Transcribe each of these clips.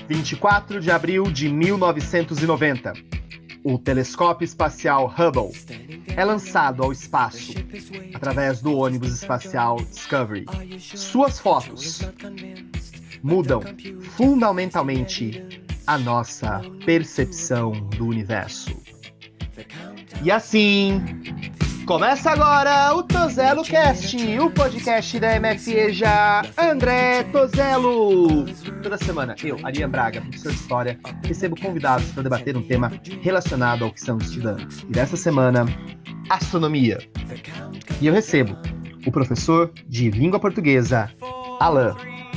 24 de abril de 1990. O telescópio espacial Hubble é lançado ao espaço através do ônibus espacial Discovery. Suas fotos mudam fundamentalmente a nossa percepção do universo. E assim, começa agora o Tozelo Cast, o podcast da MFEJA André Tozelo. Toda semana, eu, Arian Braga, professor de História, recebo convidados para debater um tema relacionado ao que estamos estudando. E dessa semana, astronomia. E eu recebo o professor de língua portuguesa, Alan.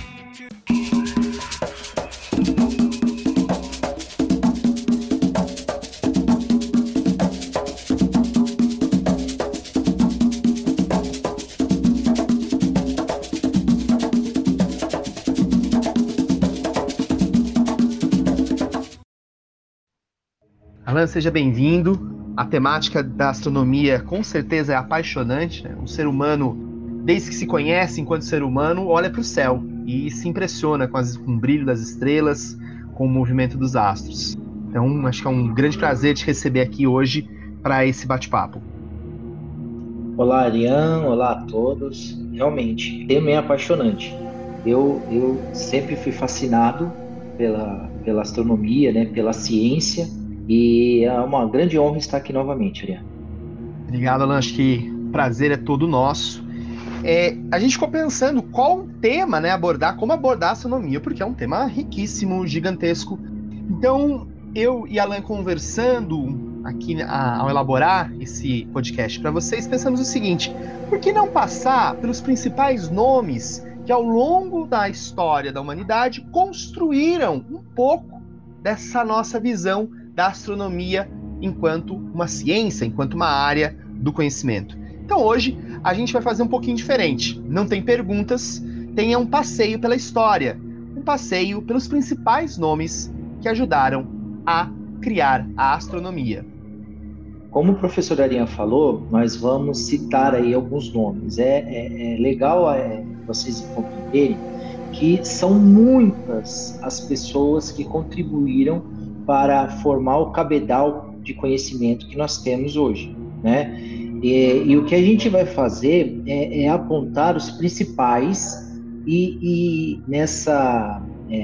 Alan, seja bem-vindo. A temática da astronomia com certeza é apaixonante, né? O ser humano, desde que se conhece enquanto ser humano, olha para o céu e se impressiona com o brilho das estrelas, com o movimento dos astros. Então, acho que é um grande prazer te receber aqui hoje para esse bate-papo. Olá, Arian. Olá a todos. Realmente, o tema é apaixonante. Eu sempre fui fascinado pela astronomia, né? Pela ciência. E é uma grande honra estar aqui novamente, Ariane. Obrigado, Alan. Acho que o prazer é todo nosso. A gente ficou pensando qual tema, né, como abordar a astronomia, porque é um tema riquíssimo, gigantesco. Então, eu e Alan conversando aqui ao elaborar esse podcast para vocês, pensamos o seguinte: por que não passar pelos principais nomes que ao longo da história da humanidade construíram um pouco dessa nossa visão da astronomia enquanto uma ciência, enquanto uma área do conhecimento. Então hoje a gente vai fazer um pouquinho diferente. Não tem perguntas, tem um passeio pela história, um passeio pelos principais nomes que ajudaram a criar a astronomia. Como o professor Arian falou, nós vamos citar aí alguns nomes. É legal vocês compreenderem que são muitas as pessoas que contribuíram para formar o cabedal de conhecimento que nós temos hoje, né? E o que a gente vai fazer é apontar os principais e nessa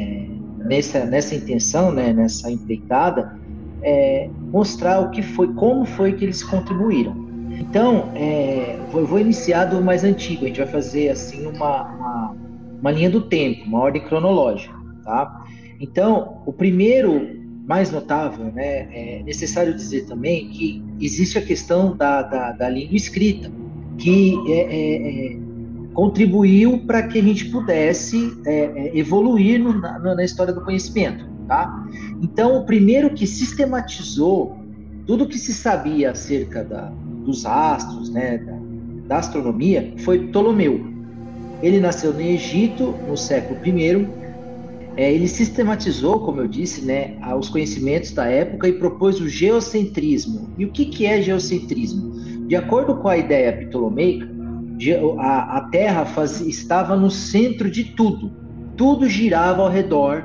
intenção, né, nessa empreitada, mostrar o que foi, como foi que eles contribuíram. Então, eu vou iniciar do mais antigo. A gente vai fazer assim uma linha do tempo, uma ordem cronológica, tá? Então, o primeiro mais notável, né, é necessário dizer também que existe a questão da língua escrita, que contribuiu para que a gente pudesse evoluir na história do conhecimento, tá? Então, o primeiro que sistematizou tudo que se sabia acerca dos astros, né, da astronomia, foi Ptolomeu. Ele nasceu no Egito, no século I. Ele sistematizou, como eu disse, né, os conhecimentos da época e propôs o geocentrismo. E o que é geocentrismo? De acordo com a ideia ptolomeica, a Terra estava no centro de tudo. Tudo girava ao redor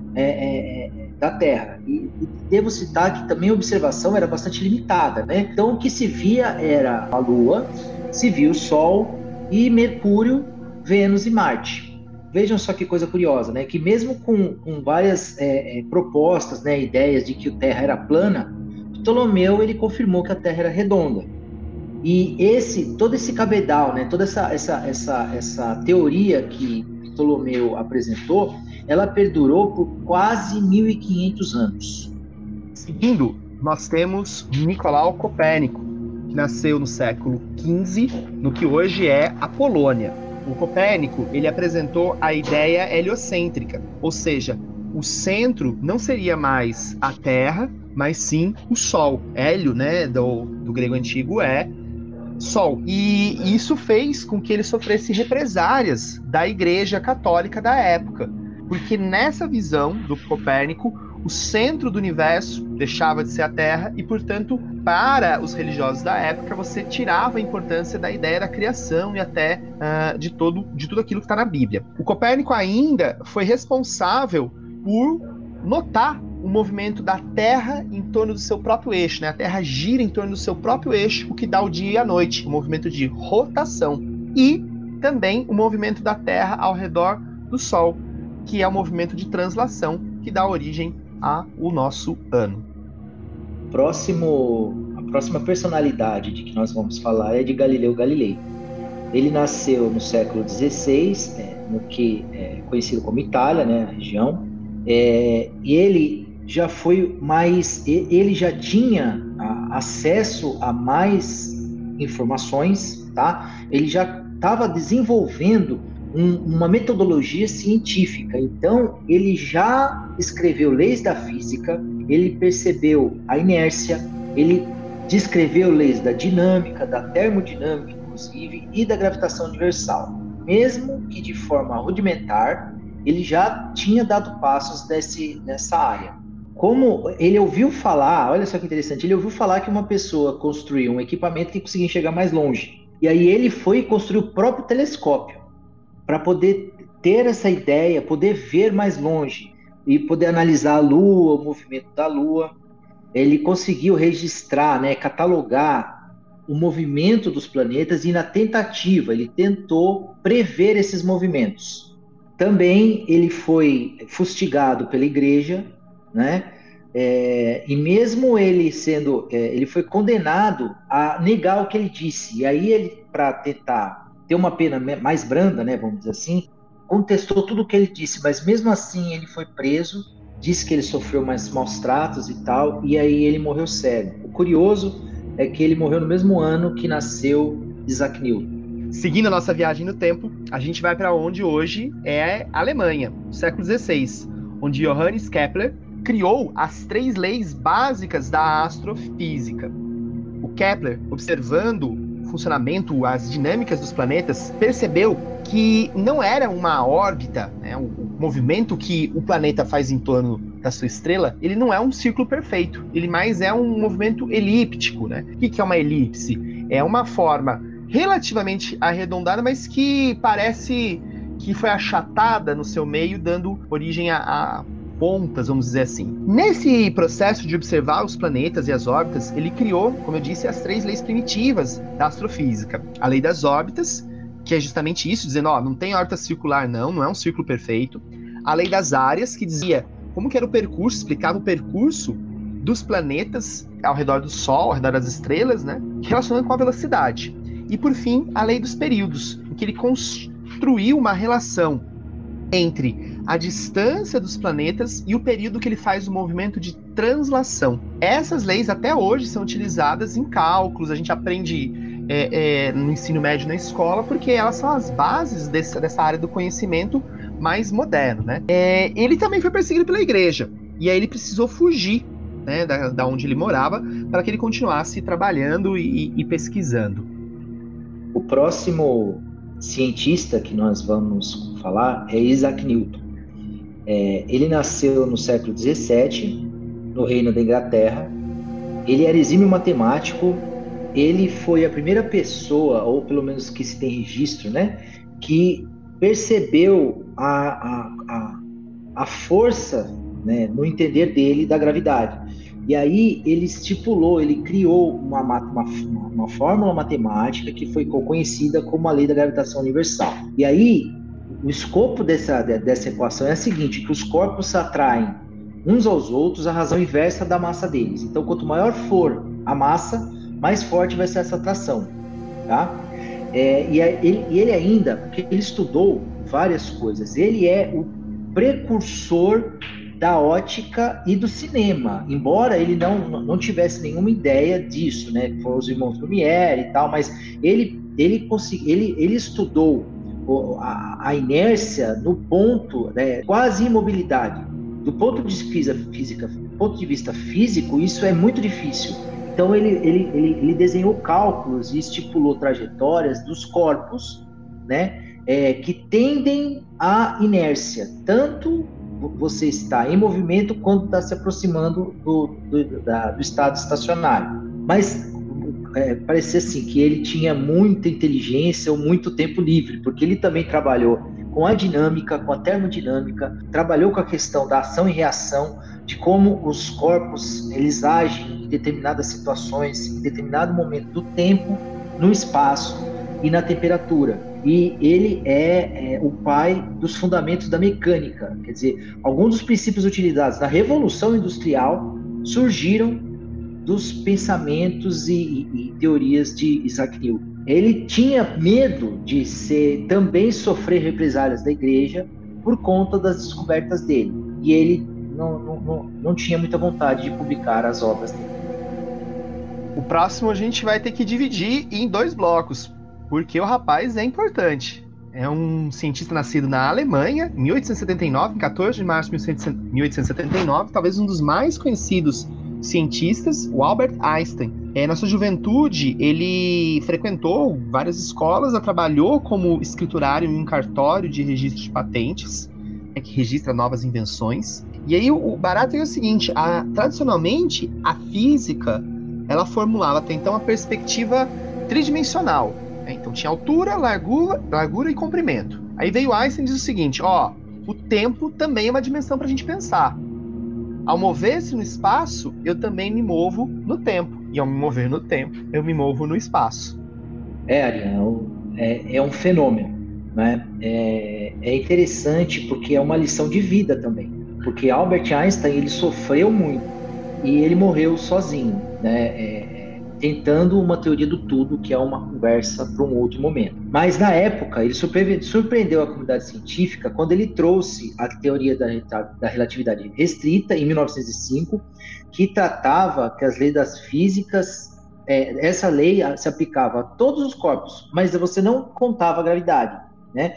da Terra. E devo citar que também a observação era bastante limitada, né? Então, o que se via era a Lua, se via o Sol e Mercúrio, Vênus e Marte. Vejam só que coisa curiosa, né? Que mesmo com várias propostas, né, ideias de que a Terra era plana, Ptolomeu ele confirmou que a Terra era redonda. E todo esse cabedal, né, toda essa teoria que Ptolomeu apresentou, ela perdurou por quase 1.500 anos. Seguindo, nós temos Nicolau Copérnico, que nasceu no século XV, no que hoje é a Polônia. O Copérnico, ele apresentou a ideia heliocêntrica, ou seja, o centro não seria mais a Terra, mas sim o Sol. Hélio, né, do grego antigo, é Sol. E isso fez com que ele sofresse represálias da Igreja Católica da época, porque nessa visão do Copérnico, o centro do universo deixava de ser a Terra e, portanto, para os religiosos da época, você tirava a importância da ideia da criação e até de tudo aquilo que está na Bíblia. O Copérnico ainda foi responsável por notar o movimento da Terra em torno do seu próprio eixo, né? A Terra gira em torno do seu próprio eixo, o que dá o dia e a noite, o movimento de rotação. E também o movimento da Terra ao redor do Sol, que é o movimento de translação, que dá origem ao nosso ano. A próxima personalidade de que nós vamos falar é de Galileu Galilei. Ele nasceu no século XVI, no que é conhecido como Itália, né, a região, e ele já foi mais, ele já tinha acesso a mais informações, tá? Ele já estava desenvolvendo uma metodologia científica, então ele já escreveu leis da física, ele percebeu a inércia, ele descreveu leis da dinâmica, da termodinâmica, inclusive, e da gravitação universal. Mesmo que de forma rudimentar, ele já tinha dado passos nessa área. Como ele ouviu falar, olha só que interessante, ele ouviu falar que uma pessoa construiu um equipamento que conseguia enxergar mais longe. E aí ele foi e construiu o próprio telescópio para poder ter essa ideia, poder ver mais longe e poder analisar a Lua, o movimento da Lua. Ele conseguiu registrar, né, catalogar o movimento dos planetas e na tentativa ele tentou prever esses movimentos. Também ele foi fustigado pela igreja, né? E mesmo ele ele foi condenado a negar o que ele disse. E aí ele, para tentar ter uma pena mais branda, né, vamos dizer assim, contestou tudo o que ele disse, mas mesmo assim ele foi preso, disse que ele sofreu mais maus tratos e tal, e aí ele morreu cego. O curioso é que ele morreu no mesmo ano que nasceu Isaac Newton. Seguindo a nossa viagem no tempo, a gente vai para onde hoje é a Alemanha, no século XVI, onde Johannes Kepler criou as 3 leis básicas da astrofísica. O Kepler, observando o funcionamento, as dinâmicas dos planetas, percebeu que não era uma órbita, né, o movimento que o planeta faz em torno da sua estrela, ele não é um círculo perfeito, ele mais é um movimento elíptico, né? O que é uma elipse? É uma forma relativamente arredondada, mas que parece que foi achatada no seu meio, dando origem a pontas, vamos dizer assim. Nesse processo de observar os planetas e as órbitas, ele criou, como eu disse, as 3 leis primitivas da astrofísica. A lei das órbitas, que é justamente isso, dizendo, não tem órbita circular não é um círculo perfeito. A lei das áreas, que dizia como que era o percurso, explicava o percurso dos planetas ao redor do Sol, ao redor das estrelas, né, relacionando com a velocidade. E, por fim, a lei dos períodos, em que ele construiu uma relação entre a distância dos planetas e o período que ele faz o movimento de translação. Essas leis até hoje são utilizadas em cálculos, a gente aprende no ensino médio na escola, porque elas são as bases dessa área do conhecimento mais moderno, né? Ele também foi perseguido pela igreja, e aí ele precisou fugir, né, da onde ele morava, para que ele continuasse trabalhando e pesquisando. O próximo cientista que nós vamos falar é Isaac Newton. Ele nasceu no século XVII, no Reino da Inglaterra. Ele era exímio matemático. Ele foi a primeira pessoa, ou pelo menos que se tem registro, né, que percebeu a força, né, no entender dele da gravidade. E aí ele ele criou uma fórmula matemática que foi conhecida como a lei da gravitação universal. E aí o escopo dessa equação é a seguinte, que os corpos se atraem uns aos outros à razão inversa da massa deles. Então, quanto maior for a massa, mais forte vai ser essa atração, tá? E ele ainda, porque ele estudou várias coisas, ele é o precursor da ótica e do cinema, embora ele não tivesse nenhuma ideia disso, né? Foram os irmãos Lumière e tal, mas ele estudou a inércia no ponto, né, quase imobilidade. Do ponto de vista físico, isso é muito difícil. Então ele desenhou cálculos e estipulou trajetórias dos corpos, né, que tendem à inércia, tanto você está em movimento quanto está se aproximando do estado estacionário. Mas parecia assim que ele tinha muita inteligência ou muito tempo livre, porque ele também trabalhou com a dinâmica, com a termodinâmica, trabalhou com a questão da ação e reação, de como os corpos eles agem em determinadas situações, em determinado momento do tempo, no espaço e na temperatura. E ele é o pai dos fundamentos da mecânica. Quer dizer, alguns dos princípios utilizados na Revolução Industrial surgiram dos pensamentos e teorias de Isaac Newton. Ele tinha medo de também sofrer represálias da igreja por conta das descobertas dele. E ele não tinha muita vontade de publicar as obras dele. O próximo a gente vai ter que dividir em 2 blocos, porque o rapaz é importante. É um cientista nascido na Alemanha, em 1879, em 14 de março de 1879, talvez um dos mais conhecidos cientistas, o Albert Einstein. Na sua juventude, ele frequentou várias escolas, trabalhou como escriturário em um cartório de registro de patentes, que registra novas invenções. E aí o barato é o seguinte, tradicionalmente a física, ela formulava até então a perspectiva tridimensional. Então tinha altura, largura e comprimento. Aí veio Einstein e diz o seguinte, o tempo também é uma dimensão para a gente pensar. Ao mover-se no espaço, eu também me movo no tempo. E ao me mover no tempo, eu me movo no espaço. Ariano, é um fenômeno, né? É interessante porque é uma lição de vida também. Porque Albert Einstein, ele sofreu muito e ele morreu sozinho, né? Tentando uma teoria do tudo, que é uma conversa para um outro momento. Mas, na época, ele surpreendeu a comunidade científica quando ele trouxe a teoria da relatividade restrita, em 1905, que tratava que as leis das físicas, essa lei se aplicava a todos os corpos, mas você não contava a gravidade, né?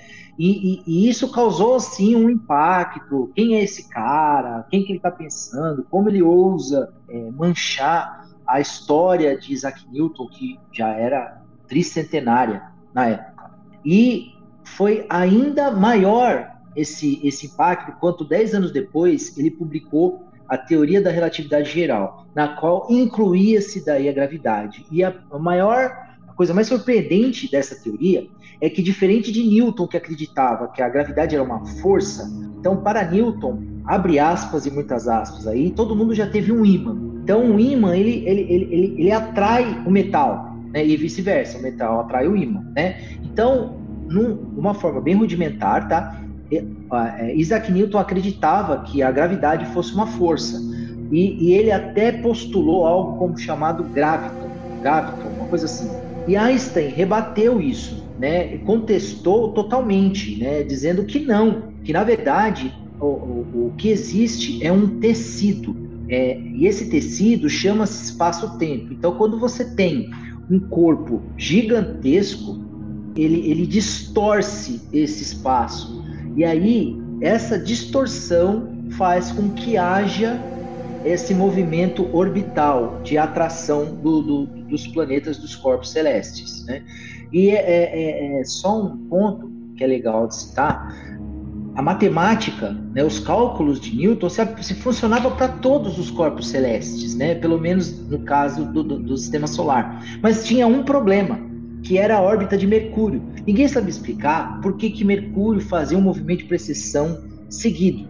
E isso causou, assim, um impacto. Quem é esse cara? Quem que ele está pensando? Como ele ousa manchar a história de Isaac Newton, que já era tricentenária na época. E foi ainda maior esse impacto, quando 10 anos depois ele publicou a teoria da relatividade geral, na qual incluía-se daí a gravidade. E a coisa mais surpreendente dessa teoria é que, diferente de Newton, que acreditava que a gravidade era uma força, então para Newton, abre aspas e muitas aspas aí, todo mundo já teve um ímã. Então o ímã, ele atrai o metal, né? E vice-versa, o metal atrai o ímã, né? Então, numa forma bem rudimentar, tá? Isaac Newton acreditava que a gravidade fosse uma força. E ele até postulou algo como chamado graviton, uma coisa assim. E Einstein rebateu isso, né? Contestou totalmente, né? Dizendo que não, que na verdade o que existe é um tecido. E esse tecido chama-se espaço-tempo. Então, quando você tem um corpo gigantesco, ele distorce esse espaço. E aí, essa distorção faz com que haja esse movimento orbital de atração dos planetas, dos corpos celestes, né? E só um ponto que é legal de citar. A matemática, né, os cálculos de Newton se funcionava para todos os corpos celestes, né, pelo menos no caso do sistema solar. Mas tinha um problema, que era a órbita de Mercúrio. Ninguém sabe explicar por que Mercúrio fazia um movimento de precessão seguido.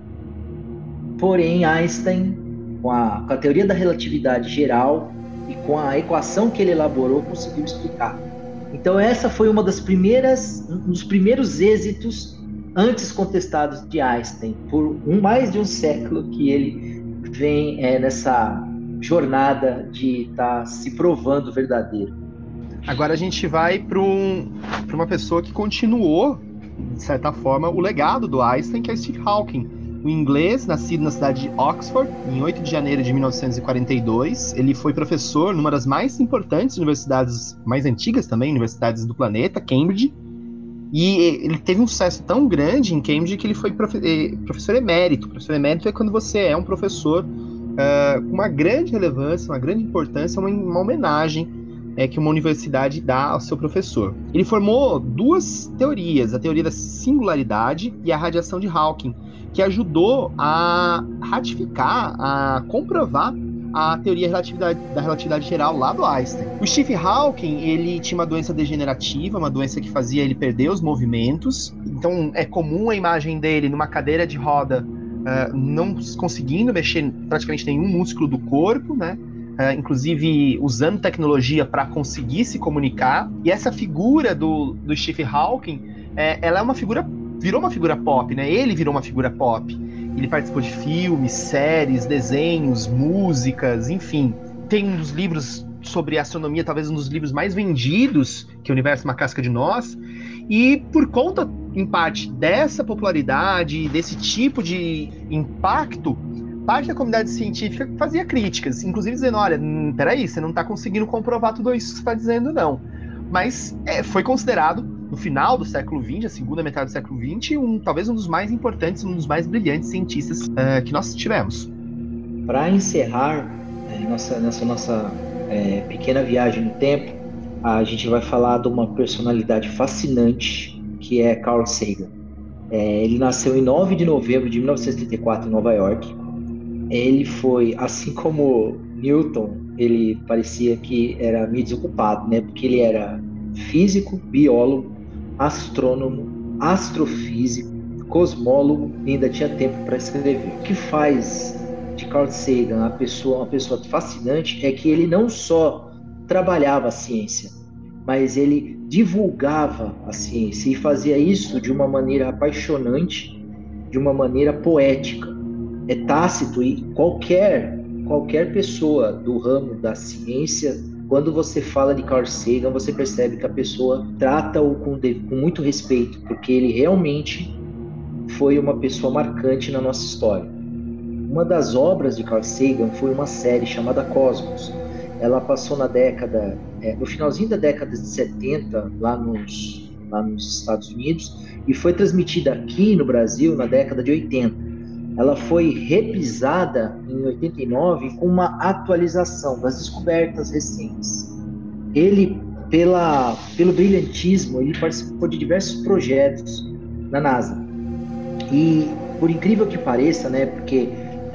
Porém, Einstein, com a teoria da relatividade geral e com a equação que ele elaborou, conseguiu explicar. Então, essa foi um dos primeiros êxitos antes contestados de Einstein, por mais de um século que ele vem nessa jornada de estar se provando verdadeiro. Agora a gente vai para uma pessoa que continuou, de certa forma, o legado do Einstein, que é Steve Hawking. Um inglês, nascido na cidade de Oxford, em 8 de janeiro de 1942. Ele foi professor numa das mais importantes universidades, mais antigas também, universidades do planeta, Cambridge. E ele teve um sucesso tão grande em Cambridge que ele foi professor emérito. Professor emérito é quando você é um professor com uma grande relevância, uma grande importância, uma homenagem que uma universidade dá ao seu professor. Ele formou 2 teorias, a teoria da singularidade e a radiação de Hawking, que ajudou a ratificar, a comprovar a teoria da relatividade geral lá do Einstein. O Stephen Hawking, ele tinha uma doença degenerativa, uma doença que fazia ele perder os movimentos. Então é comum a imagem dele numa cadeira de roda, não conseguindo mexer praticamente nenhum músculo do corpo, né? Inclusive usando tecnologia para conseguir se comunicar. E essa figura do Stephen Hawking, ela é uma figura, virou uma figura pop, né? Ele virou uma figura pop. Ele participou de filmes, séries, desenhos, músicas, enfim. Tem um dos livros sobre astronomia, talvez um dos livros mais vendidos, que é O Universo Uma Casca de Nós. E por conta, em parte, dessa popularidade, desse tipo de impacto, parte da comunidade científica fazia críticas, inclusive dizendo, olha, peraí, você não está conseguindo comprovar tudo isso que você está dizendo, não. Mas foi considerado, no final do século XX, a segunda metade do século XX, talvez um dos mais importantes, um dos mais brilhantes cientistas que nós tivemos. Para encerrar nessa nossa pequena viagem no tempo, a gente vai falar de uma personalidade fascinante, que é Carl Sagan. Ele nasceu em 9 de novembro de 1934 em Nova York. Ele foi, assim como Newton, ele parecia que era meio desocupado, né? Porque ele era físico, biólogo, astrônomo, astrofísico, cosmólogo e ainda tinha tempo para escrever. O que faz de Carl Sagan uma pessoa fascinante é que ele não só trabalhava a ciência, mas ele divulgava a ciência e fazia isso de uma maneira apaixonante, de uma maneira poética. É tácito e qualquer pessoa do ramo da ciência, quando você fala de Carl Sagan, você percebe que a pessoa trata-o com muito respeito, porque ele realmente foi uma pessoa marcante na nossa história. Uma das obras de Carl Sagan foi uma série chamada Cosmos. Ela passou no finalzinho da década de 70, lá nos Estados Unidos, e foi transmitida aqui no Brasil na década de 80. Ela foi reprisada em 89 com uma atualização das descobertas recentes. Ele, pelo brilhantismo, ele participou de diversos projetos na NASA. E, por incrível que pareça, né, porque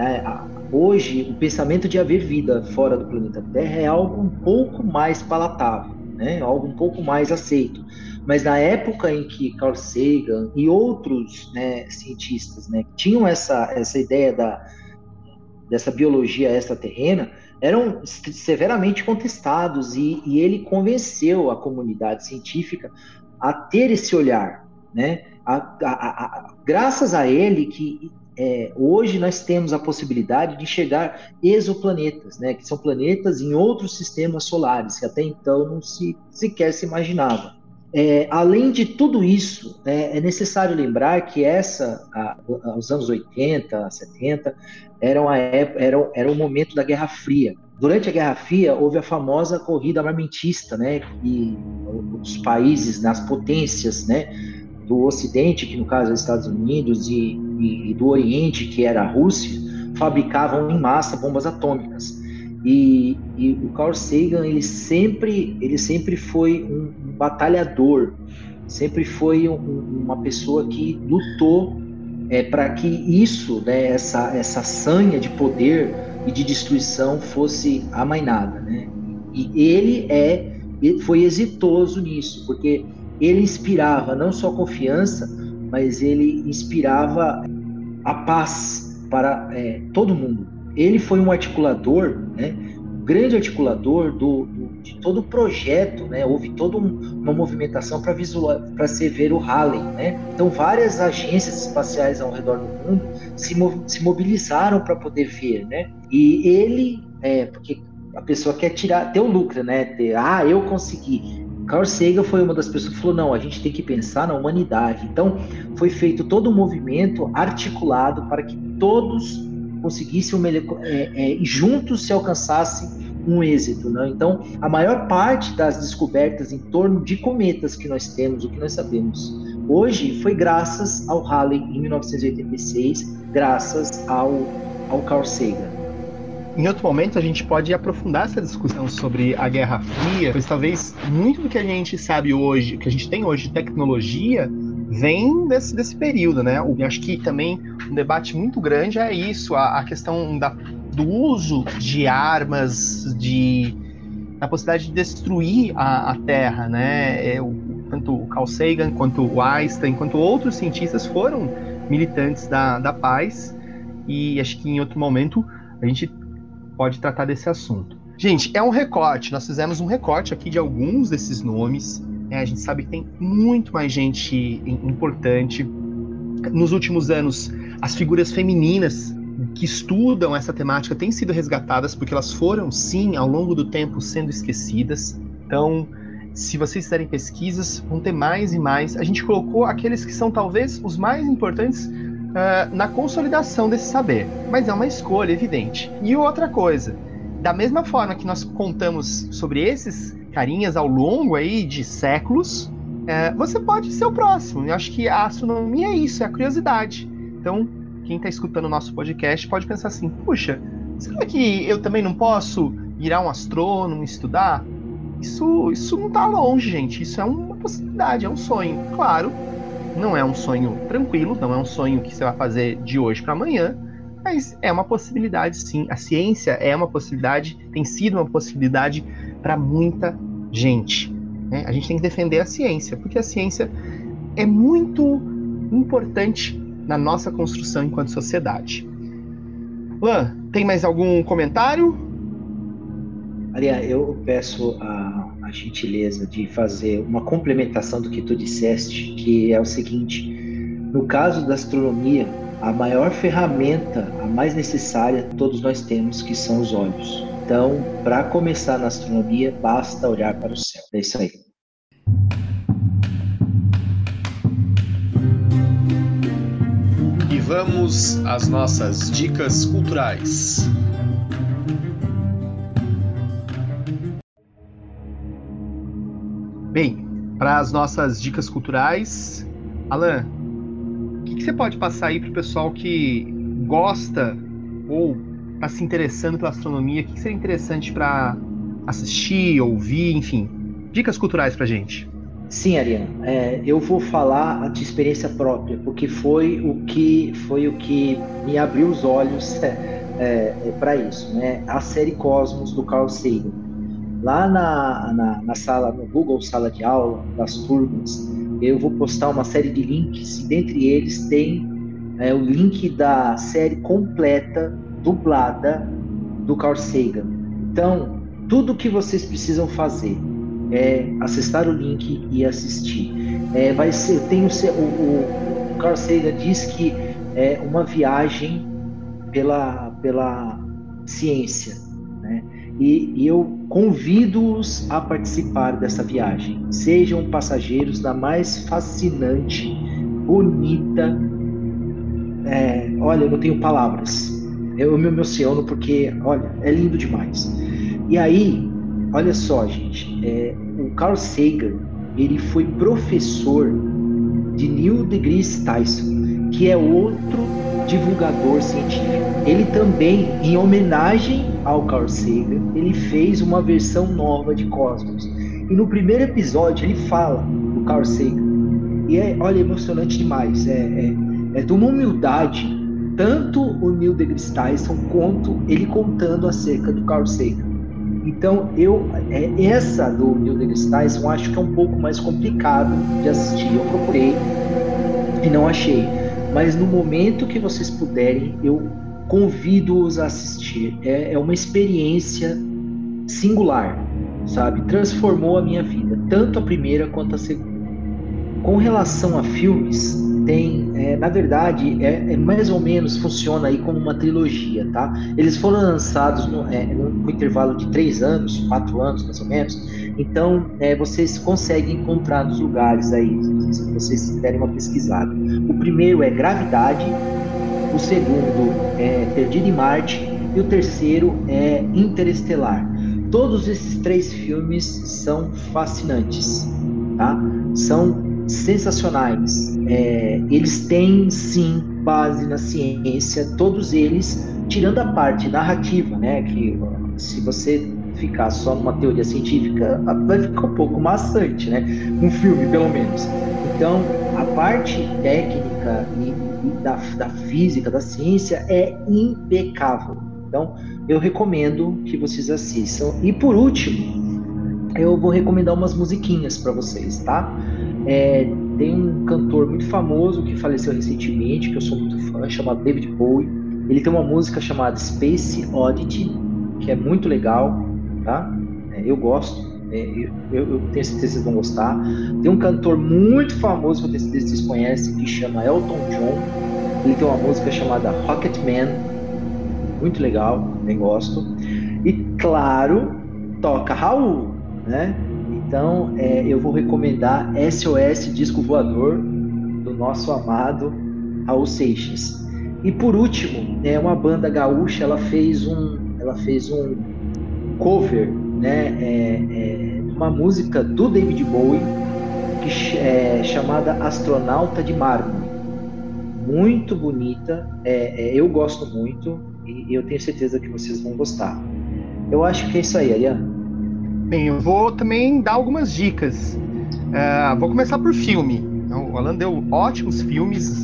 hoje o pensamento de haver vida fora do planeta Terra é algo um pouco mais palatável, né, algo um pouco mais aceito. Mas na época em que Carl Sagan e outros, né, cientistas, né, tinham essa ideia dessa biologia extraterrena, eram severamente contestados e ele convenceu a comunidade científica a ter esse olhar, né? Graças a ele que hoje nós temos a possibilidade de enxergar exoplanetas, né, que são planetas em outros sistemas solares que até então não sequer se imaginava. Além de tudo isso, é necessário lembrar que os anos 80, 70, era o momento da Guerra Fria. Durante a Guerra Fria, houve a famosa corrida armamentista, né, e os países, as potências, né, do Ocidente, que no caso é os Estados Unidos, e do Oriente, que era a Rússia, fabricavam em massa bombas atômicas. E o Carl Sagan, ele sempre foi um batalhador, sempre foi uma pessoa que lutou para que isso, né, essa sanha de poder e de destruição fosse amainada, né? E ele foi exitoso nisso, porque ele inspirava não só confiança, mas ele inspirava a paz para todo mundo. Ele foi um articulador, né, um grande articulador de todo o projeto, né? Houve toda uma movimentação para se ver o Halley, né? Então várias agências espaciais ao redor do mundo se mobilizaram para poder ver, né? E ele, porque a pessoa quer ter o lucro, né? Eu consegui. Carl Sagan foi uma das pessoas que falou, não, a gente tem que pensar na humanidade. Então foi feito todo um movimento articulado para que todos conseguissem e juntos se alcançassem um êxito, né? Então, a maior parte das descobertas em torno de cometas que nós temos, o que nós sabemos hoje, foi graças ao Halley em 1986, graças ao Carl Sagan. Em outro momento, a gente pode aprofundar essa discussão sobre a Guerra Fria, pois talvez muito do que a gente sabe hoje, que a gente tem hoje de tecnologia, vem desse período, né? Eu acho que também um debate muito grande é isso, a questão do uso de armas, da possibilidade de destruir a Terra, né? Tanto o Carl Sagan, quanto o Einstein, quanto outros cientistas foram militantes da paz, e acho que em outro momento a gente pode tratar desse assunto. Gente, é um recorte, nós fizemos um recorte aqui de alguns desses nomes, né? A gente sabe que tem muito mais gente importante. Nos últimos anos, as figuras femininas que estudam essa temática têm sido resgatadas, porque elas foram, sim, ao longo do tempo, sendo esquecidas. Então, se vocês fizerem pesquisas, vão ter mais e mais. A gente colocou aqueles que são talvez os mais importantes na consolidação desse saber, mas é uma escolha evidente. E outra coisa, da mesma forma que nós contamos sobre esses carinhas ao longo aí de séculos, você pode ser o próximo. Eu acho que a astronomia é isso, é a curiosidade. Então, quem está escutando o nosso podcast pode pensar assim, puxa, será que eu também não posso virar um astrônomo, estudar? Isso não está longe, gente. Isso é uma possibilidade, é um sonho. Claro, não é um sonho tranquilo, não é um sonho que você vai fazer de hoje para amanhã, mas é uma possibilidade, sim. A ciência é uma possibilidade, tem sido uma possibilidade para muita gente, né? A gente tem que defender a ciência, porque a ciência é muito importante na nossa construção enquanto sociedade. Luan, tem mais algum comentário? Maria, eu peço a gentileza de fazer uma complementação do que tu disseste, que é o seguinte: no caso da astronomia, a maior ferramenta, a mais necessária, todos nós temos, que são os olhos. Então, para começar na astronomia, basta olhar para o céu. É isso aí. E vamos às nossas dicas culturais. Bem, para as nossas dicas culturais, Alan, o que você pode passar aí para o pessoal que gosta ou está se interessando pela astronomia? O que seria interessante para assistir, ouvir, enfim, dicas culturais para gente? Sim, Ariana, eu vou falar de experiência própria, porque foi o que me abriu os olhos para isso, né? A série Cosmos, do Carl Sagan. Lá na sala, no Google Sala de Aula, das turmas, eu vou postar uma série de links, e dentre eles tem o link da série completa, dublada, do Carl Sagan. Então, tudo que vocês precisam fazer é acessar o link e assistir. Vai ser, o Carl Sagan diz que é uma viagem pela ciência, né? E eu convido-os a participar dessa viagem. Sejam passageiros da mais fascinante, bonita. Olha, eu não tenho palavras. Eu me emociono porque, olha, é lindo demais. E aí, olha só, gente, o Carl Sagan, ele foi professor de Neil deGrasse Tyson, que é outro divulgador científico. Ele também, em homenagem ao Carl Sagan, ele fez uma versão nova de Cosmos. E no primeiro episódio ele fala do Carl Sagan. E olha, emocionante demais. É de uma humildade, tanto o Neil deGrasse Tyson quanto ele contando acerca do Carl Sagan. Então, essa do Neil deGrasse Tyson eu acho que é um pouco mais complicado de assistir. Eu procurei e não achei. Mas no momento que vocês puderem, eu convido-os a assistir. É uma experiência singular, sabe? Transformou a minha vida, tanto a primeira quanto a segunda. Com relação a filmes, na verdade, mais ou menos funciona aí como uma trilogia, tá? Eles foram lançados no intervalo de 3 anos, 4 anos mais ou menos. Então, vocês conseguem encontrar nos lugares aí, se vocês derem uma pesquisada. O primeiro é Gravidade, o segundo é Perdido em Marte e o terceiro é Interestelar. Todos esses 3 filmes são fascinantes, tá? São sensacionais. Eles têm, sim, base na ciência, todos eles, tirando a parte narrativa, né? Que se você ficar só numa teoria científica, vai ficar um pouco maçante, né? Um filme, pelo menos. Então, a parte técnica e da física, da ciência, é impecável. Então, eu recomendo que vocês assistam. E por último, eu vou recomendar umas musiquinhas para vocês, tá? Tem um cantor muito famoso que faleceu recentemente, que eu sou muito fã, chamado David Bowie. Ele tem uma música chamada Space Oddity, que é muito legal, tá? Eu gosto, eu tenho certeza que vocês vão gostar. Tem um cantor muito famoso, que eu tenho certeza que vocês conhecem, que chama Elton John. Ele tem uma música chamada Rocket Man, muito legal, também gosto. E claro, toca Raul, né? Então, eu vou recomendar SOS Disco Voador, do nosso amado Raul Seixas. E por último, uma banda gaúcha, ela fez um cover, né, uma música do David Bowie, que é chamada Astronauta de Mármore. Muito bonita, eu gosto muito e eu tenho certeza que vocês vão gostar. Eu acho que é isso aí, Ariane. Bem, eu vou também dar algumas dicas. Vou começar por filme. O Alan deu ótimos filmes.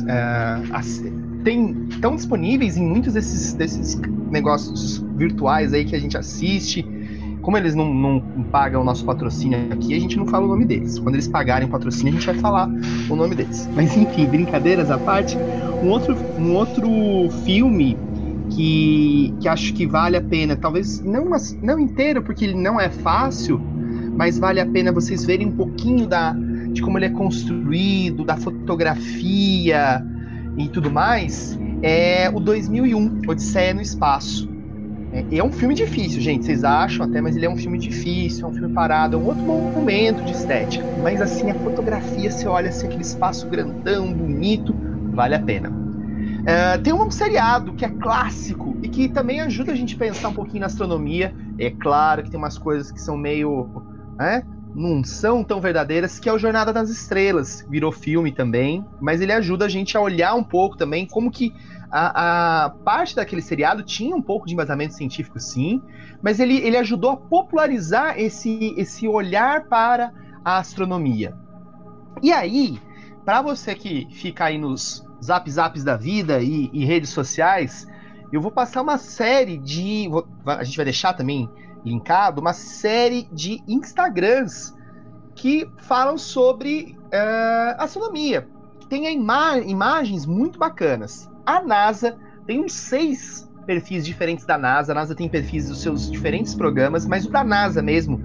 Estão disponíveis em muitos desses negócios virtuais aí que a gente assiste. Como eles não pagam o nosso patrocínio aqui, a gente não fala o nome deles. Quando eles pagarem o patrocínio, a gente vai falar o nome deles. Mas enfim, brincadeiras à parte, um outro filme que acho que vale a pena, talvez não inteiro, porque ele não é fácil, mas vale a pena vocês verem um pouquinho de como ele é construído, da fotografia e tudo mais, é o 2001, Odisseia no Espaço. É um filme difícil, gente, vocês acham até, mas ele é um filme difícil, é um filme parado, é um outro momento de estética, mas assim, a fotografia, você olha assim, aquele espaço grandão, bonito, vale a pena. Tem um seriado que é clássico e que também ajuda a gente a pensar um pouquinho na astronomia. É claro que tem umas coisas que são meio, não são tão verdadeiras, que é o Jornada nas Estrelas. Virou filme também, mas ele ajuda a gente a olhar um pouco também como que a parte daquele seriado tinha um pouco de embasamento científico, sim, mas ele ajudou a popularizar esse olhar para a astronomia. E aí, para você que fica aí nos zaps da vida e redes sociais, eu vou passar uma série a gente vai deixar também linkado, uma série de Instagrams que falam sobre astronomia. Tem imagens muito bacanas. A NASA tem uns 6 perfis diferentes da NASA. A NASA tem perfis dos seus diferentes programas, mas o da NASA mesmo,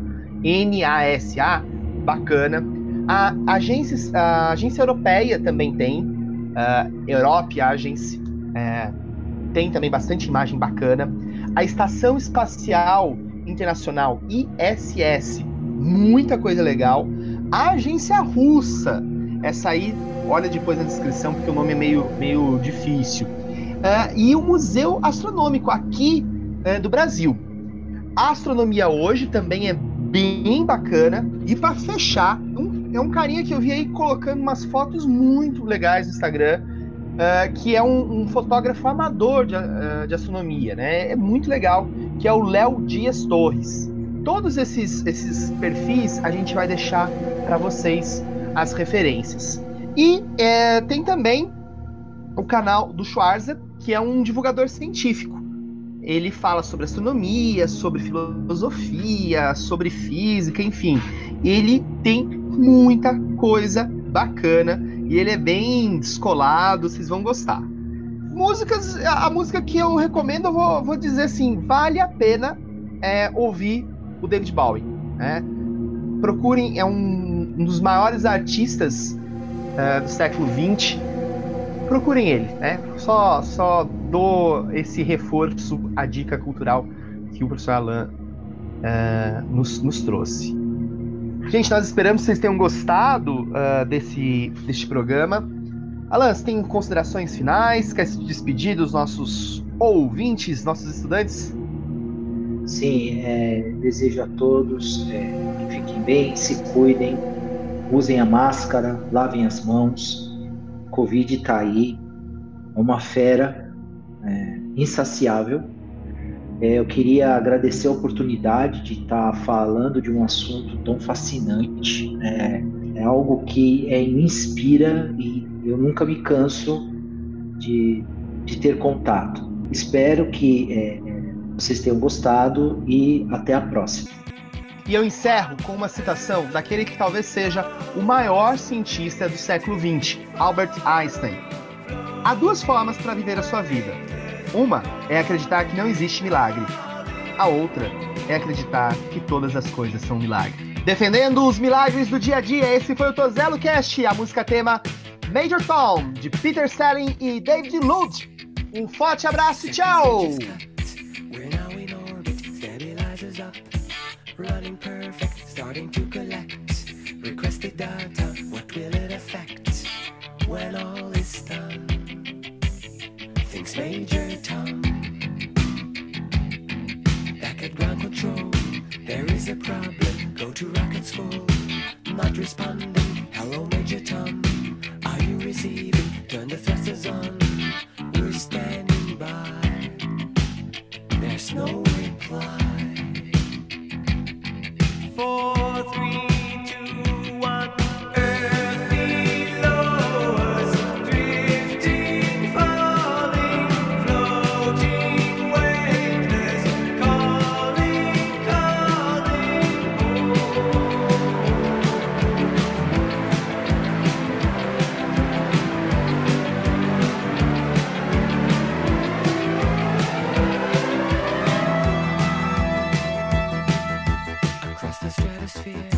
NASA, bacana. A agência europeia também tem, Europe Agency, tem também bastante imagem bacana. A Estação Espacial Internacional, ISS, muita coisa legal. A agência russa, essa aí, olha depois na descrição, porque o nome é meio difícil. E o Museu Astronômico aqui do Brasil. A astronomia hoje também é bem bacana. E para fechar, é um carinha que eu vi aí colocando umas fotos muito legais no Instagram, que é um fotógrafo amador de astronomia, né? É muito legal, que é o Léo Dias Torres. Todos esses perfis a gente vai deixar para vocês as referências. E tem também o canal do Schwarzer, que é um divulgador científico. Ele fala sobre astronomia, sobre filosofia, sobre física, enfim. Ele tem muita coisa bacana e ele é bem descolado, vocês vão gostar. A música que eu recomendo, eu vou dizer assim, vale a pena ouvir o David Bowie. Procurem, é um dos maiores artistas do século XX. Procurem ele, Só dou esse reforço à dica cultural que o professor Alan nos trouxe. Gente, nós esperamos que vocês tenham gostado deste programa. Alan, você tem considerações finais? Quer se despedir dos nossos ouvintes, nossos estudantes? Sim, desejo a todos que fiquem bem, se cuidem, usem a máscara, lavem as mãos. Covid está aí, é uma fera insaciável. Eu queria agradecer a oportunidade de estar falando de um assunto tão fascinante. É algo que me inspira e eu nunca me canso de ter contato. Espero que vocês tenham gostado e até a próxima. E eu encerro com uma citação daquele que talvez seja o maior cientista do século XX, Albert Einstein. Há duas formas para viver a sua vida. Uma é acreditar que não existe milagre. A outra é acreditar que todas as coisas são milagre. Defendendo os milagres do dia a dia, esse foi o Tozelo Cast, a música tema Major Tom, de Peter Selling e David Lund. Um forte abraço e tchau! Running perfect, starting to collect requested data. What will it affect when all is done? Thinks Major Tom. Back at ground control, there is a problem. Go to rocket school, not responding. Hello, Major Tom. Are you receiving? Turn the thrusters on. We're standing by. There's no reply. 4, 3, 2, 1. Earth below us, drifting, falling, floating, weightless, calling, calling Across the stratosphere,